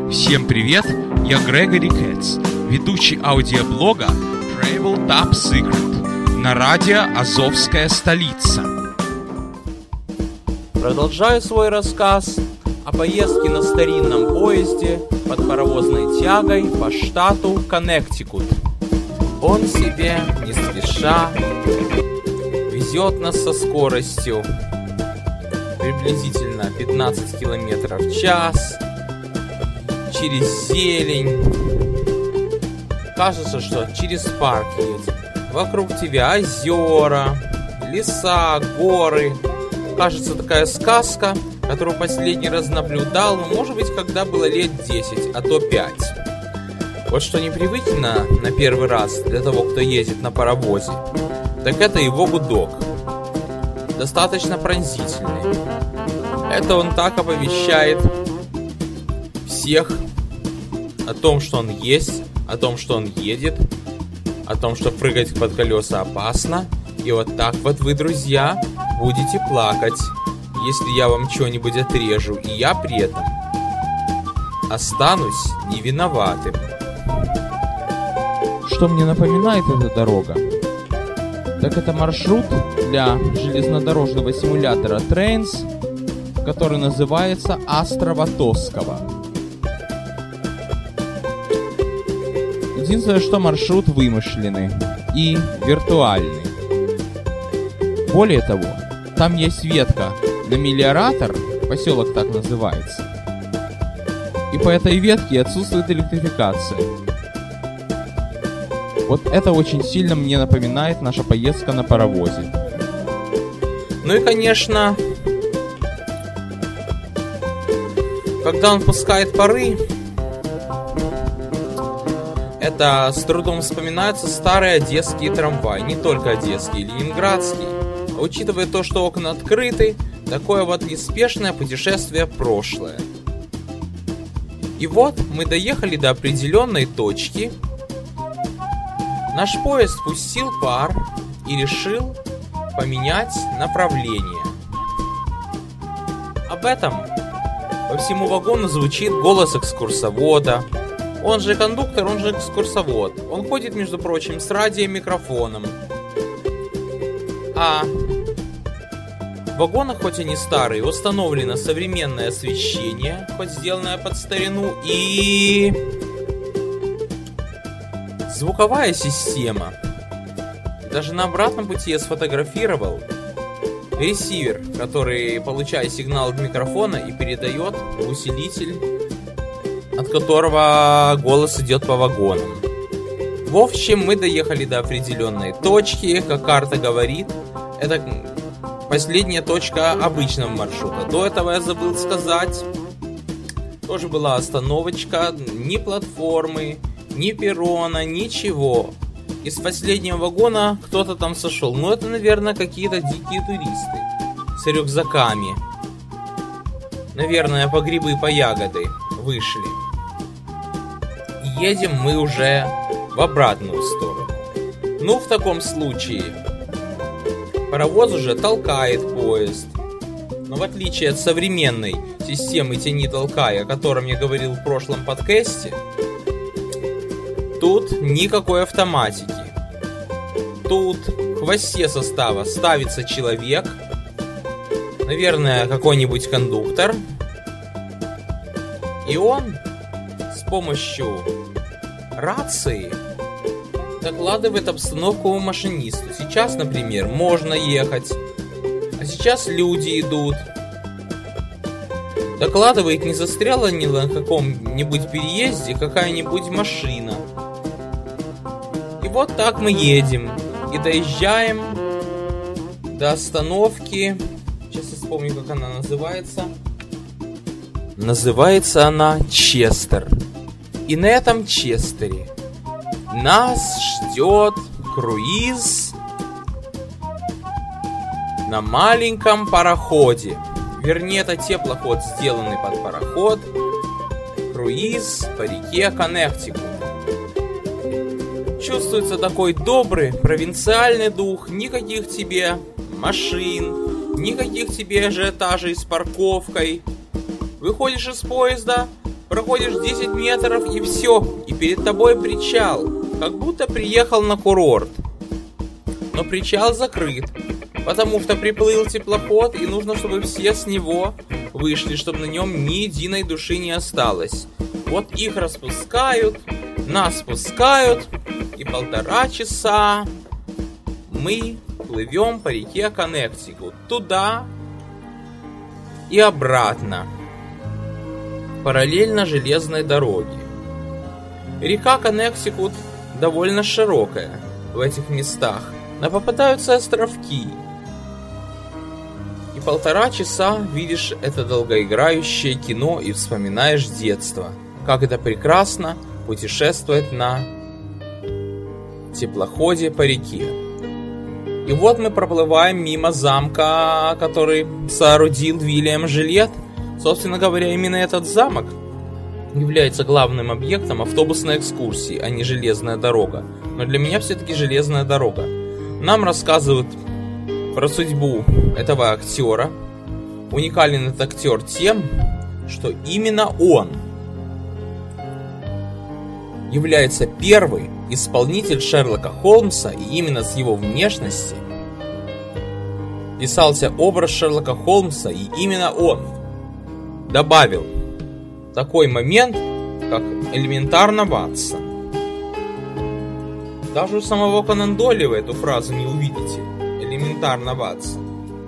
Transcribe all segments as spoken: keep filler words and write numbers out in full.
Всем привет, я Грегори Кэтс, ведущий аудиоблога Travel Top Secret на радио «Азовская столица». Продолжаю свой рассказ о поездке на старинном поезде под паровозной тягой по штату Коннектикут. Он себе не спеша везет нас со скоростью приблизительно пятнадцать километров в час через зелень. Кажется, что через парк едет. Вокруг тебя озера, леса, горы. Кажется, такая сказка, которую последний раз наблюдал, ну, может быть, когда было лет десять, а то пять. Вот что непривычно на первый раз для того, кто ездит на паровозе, так это его гудок. Достаточно пронзительный. Это он так оповещает всех о том, что он есть, о том, что он едет, о том, что прыгать под колеса опасно. И вот так вот вы, друзья, будете плакать, если я вам что-нибудь отрежу, и я при этом останусь невиноватым. Что мне напоминает эта дорога? Так это маршрут для железнодорожного симулятора Trains, который называется Острова Тоскова. Единственное, что маршрут вымышленный и виртуальный. Более того, там есть ветка на мелиоратор, поселок так называется. И по этой ветке отсутствует электрификация. Вот это очень сильно мне напоминает наша поездка на паровозе. Ну и, конечно, когда он пускает пары, это с трудом вспоминаются старые одесские трамваи. Не только одесские, ленинградские. А учитывая то, что окна открыты, такое вот неспешное путешествие в прошлое. И вот мы доехали до определенной точки. Наш поезд пустил пар и решил поменять направление. Об этом по всему вагону звучит голос экскурсовода. Он же кондуктор, он же экскурсовод. Он ходит, между прочим, с радиомикрофоном. А в вагонах, хоть они старые, установлено современное освещение, хоть сделанное под старину, и звуковая система. Даже на обратном пути я сфотографировал ресивер, который получает сигнал от микрофона и передает в усилитель, от которого голос идет по вагонам. В общем, мы доехали до определенной точки, как карта говорит. Это последняя точка обычного маршрута. До этого я забыл сказать. Тоже была остановочка, ни платформы, ни перрона, ничего. Из последнего вагона кто-то там сошел. Ну, это, наверное, какие-то дикие туристы с рюкзаками. Наверное, по грибы, по ягоды вышли. Едем мы уже в обратную сторону. Ну, в таком случае паровоз уже толкает поезд. Но в отличие от современной системы «тяни-толкай», о котором я говорил в прошлом подкасте, тут никакой автоматики. Тут в хвосте состава ставится человек, наверное, какой-нибудь кондуктор, и он с помощью рации докладывает обстановку машинисту. Сейчас, например, можно ехать, а сейчас люди идут. Докладывает, не застряла ли на каком-нибудь переезде какая-нибудь машина. И вот так мы едем и доезжаем до остановки. Сейчас я вспомню, как она называется. Называется она Честер. И на этом Честере нас ждет круиз на маленьком пароходе. Вернее, это теплоход, сделанный под пароход. Круиз по реке Коннектикут. Чувствуется такой добрый провинциальный дух. Никаких тебе машин, никаких тебе ажиотажей с парковкой. Выходишь из поезда, Проходишь десять метров и все, и перед тобой причал, как будто приехал на курорт. Но причал закрыт, потому что приплыл теплоход, и нужно, чтобы все с него вышли, чтобы на нем ни единой души не осталось. Вот их распускают, нас спускают, и полтора часа мы плывем по реке Коннектикут туда и обратно, параллельно железной дороге. Река Коннектикут довольно широкая в этих местах, но попадаются островки. И полтора часа видишь это долгоиграющее кино и вспоминаешь детство, как это прекрасно путешествовать на теплоходе по реке. И вот мы проплываем мимо замка, который соорудил Вильям Жилет. Собственно говоря, именно этот замок является главным объектом автобусной экскурсии, а не железная дорога. Но для меня все-таки железная дорога. Нам рассказывают про судьбу этого актера. Уникален этот актер тем, что именно он является первый исполнитель Шерлока Холмса, и именно с его внешности писался образ Шерлока Холмса, и именно он добавил такой момент, как элементарно Ватсон. Даже у самого Конан Дойля вы эту фразу не увидите. Элементарно Ватсон.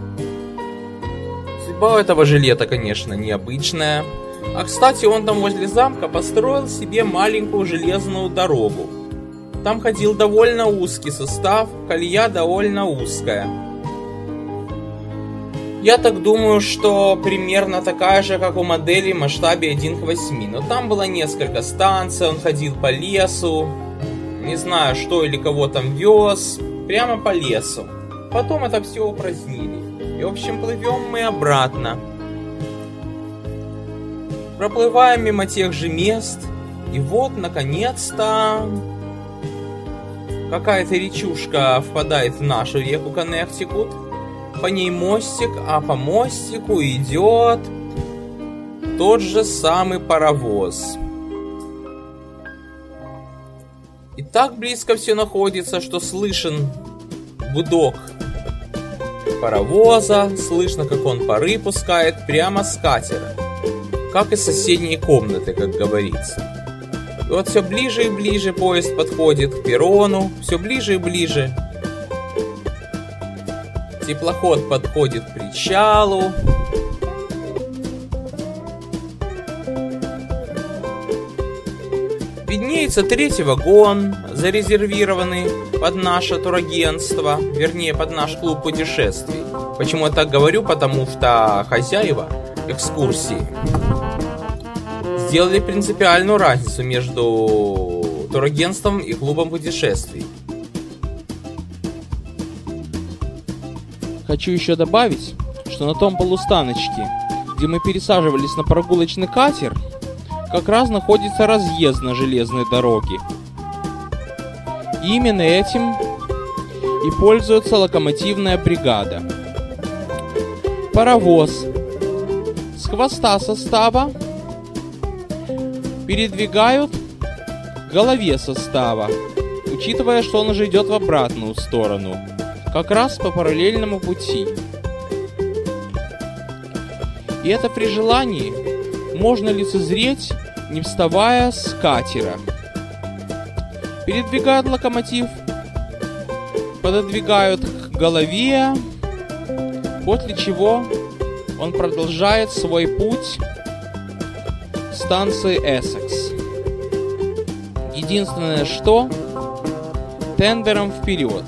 Судьба у этого Жилета, конечно, необычная. А, кстати, он там возле замка построил себе маленькую железную дорогу. Там ходил довольно узкий состав, колея довольно узкая. Я так думаю, что примерно такая же, как у модели в масштабе один к восьми. Но там было несколько станций, он ходил по лесу. Не знаю, что или кого там вез. Прямо по лесу. Потом это все упразднили. И, в общем, плывем мы обратно. Проплываем мимо тех же мест. И вот, наконец-то, какая-то речушка впадает в нашу реку Коннектикут. По ней мостик, а по мостику идет тот же самый паровоз. И так близко все находится, что слышен гудок паровоза, слышно, как он пары пускает прямо с катера, как из соседней комнаты, как говорится. И вот все ближе и ближе поезд подходит к перрону, все ближе и ближе. Теплоход подходит к причалу. Виднеется третий вагон, зарезервированный под наше турагентство, вернее, под наш клуб путешествий. Почему я так говорю? Потому что хозяева экскурсии сделали принципиальную разницу между турагентством и клубом путешествий. Хочу еще добавить, что на том полустаночке, где мы пересаживались на прогулочный катер, как раз находится разъезд на железной дороге. И именно этим и пользуется локомотивная бригада. Паровоз с хвоста состава передвигают к голове состава, учитывая, что он уже идет в обратную сторону, как раз по параллельному пути. И это при желании можно лицезреть, не вставая с катера. Передвигают локомотив, пододвигают к голове, после чего он продолжает свой путь к станции Эссекс. Единственное, что тендером вперед.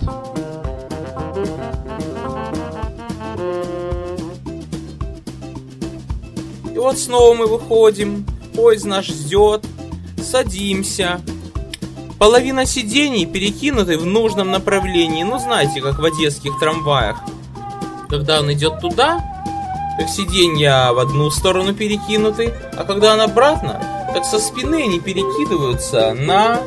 И вот снова мы выходим, поезд наш ждет, садимся. Половина сидений перекинуты в нужном направлении. Ну, знаете, как в одесских трамваях. Когда он идет туда, так сиденья в одну сторону перекинуты, а когда он обратно, так со спины они перекидываются на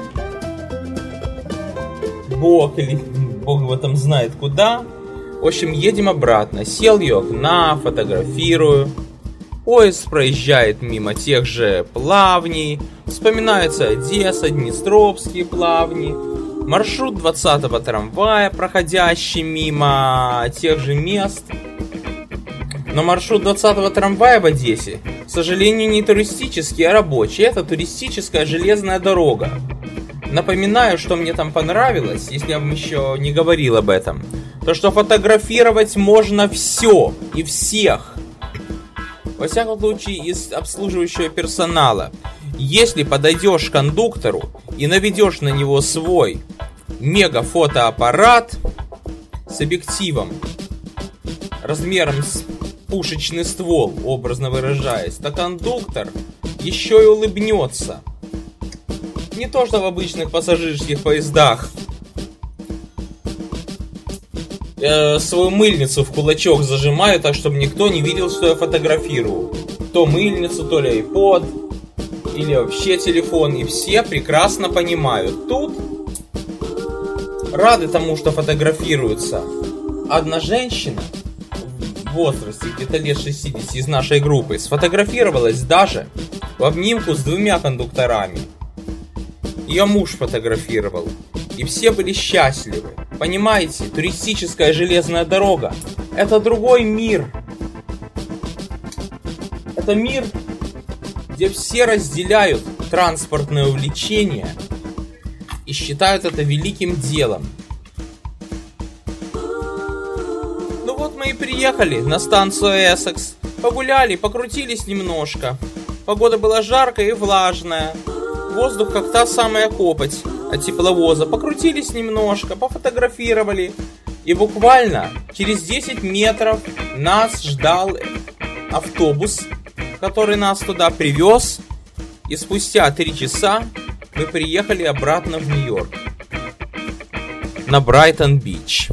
бок или бог его там знает куда. В общем, едем обратно. Сел я окна, фотографирую. Поезд проезжает мимо тех же плавней. Вспоминаются Одесса, Днестровские плавни. Маршрут двадцатого трамвая, проходящий мимо тех же мест. Но маршрут двадцатого трамвая в Одессе, к сожалению, не туристический, а рабочий. Это туристическая железная дорога. Напоминаю, что мне там понравилось, если я вам еще не говорил об этом. То, что фотографировать можно все и всех. Во всяком случае, из обслуживающего персонала. Если подойдешь к кондуктору и наведешь на него свой мегафотоаппарат с объективом размером с пушечный ствол, образно выражаясь, то кондуктор еще и улыбнется. Не то, что в обычных пассажирских поездах э, свою мыльницу в кулачок зажимаю, так чтобы никто не видел, что я фотографирую. То мыльницу, то ли айпод, или вообще телефон. И все прекрасно понимают. Тут рады тому, что фотографируются. Одна женщина в возрасте где-то лет шестидесяти из нашей группы сфотографировалась даже в обнимку с двумя кондукторами. Ее муж фотографировал. И все были счастливы. Понимаете, туристическая железная дорога — это другой мир. Это мир, где все разделяют транспортное увлечение и считают это великим делом. Ну вот мы и приехали на станцию Эссекс. Погуляли, покрутились немножко. Погода была жаркая и влажная. Воздух как та самая копоть от тепловоза. Покрутились немножко, пофотографировали. И буквально через десять метров нас ждал автобус, который нас туда привез. И спустя три часа мы приехали обратно в Нью-Йорк. На Брайтон-Бич.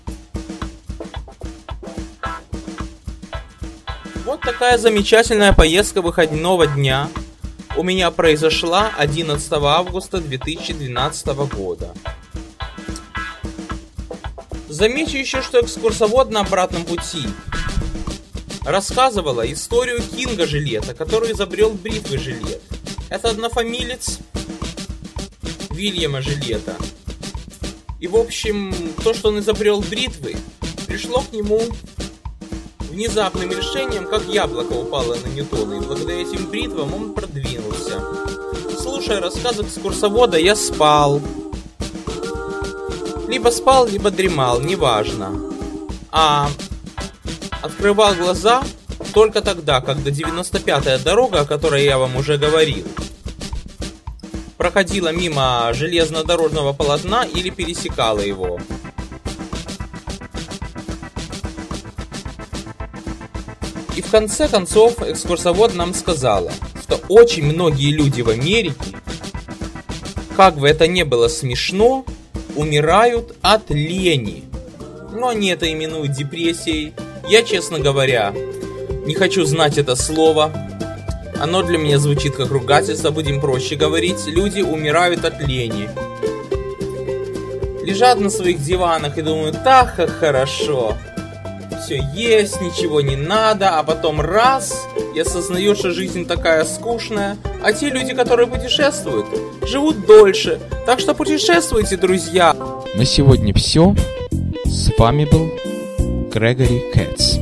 Вот такая замечательная поездка выходного дня у меня произошла одиннадцатого августа две тысячи двенадцатого года. Замечу еще, что экскурсовод на обратном пути рассказывала историю Кинга Жилета, который изобрел бритвы Жилет. Это однофамилец Вильяма Жилета. И, в общем, то, что он изобрел бритвы, пришло к нему внезапным решением, как яблоко упало на Ньютона, и благодаря этим бритвам он продвинулся. Слушая рассказ экскурсовода, я спал. Либо спал, либо дремал, неважно. А открывал глаза только тогда, когда девяносто пятая дорога, о которой я вам уже говорил, проходила мимо железнодорожного полотна или пересекала его. И в конце концов экскурсовод нам сказала, что очень многие люди в Америке, как бы это ни было смешно, умирают от лени. Но они это именуют депрессией. Я, честно говоря, не хочу знать это слово. Оно для меня звучит как ругательство, будем проще говорить. Люди умирают от лени. Лежат на своих диванах и думают, так как хорошо. Все есть, ничего не надо, а потом раз, и осознаешь, что жизнь такая скучная. А те люди, которые путешествуют, живут дольше. Так что путешествуйте, друзья. На сегодня все. С вами был Грегори Кэтс.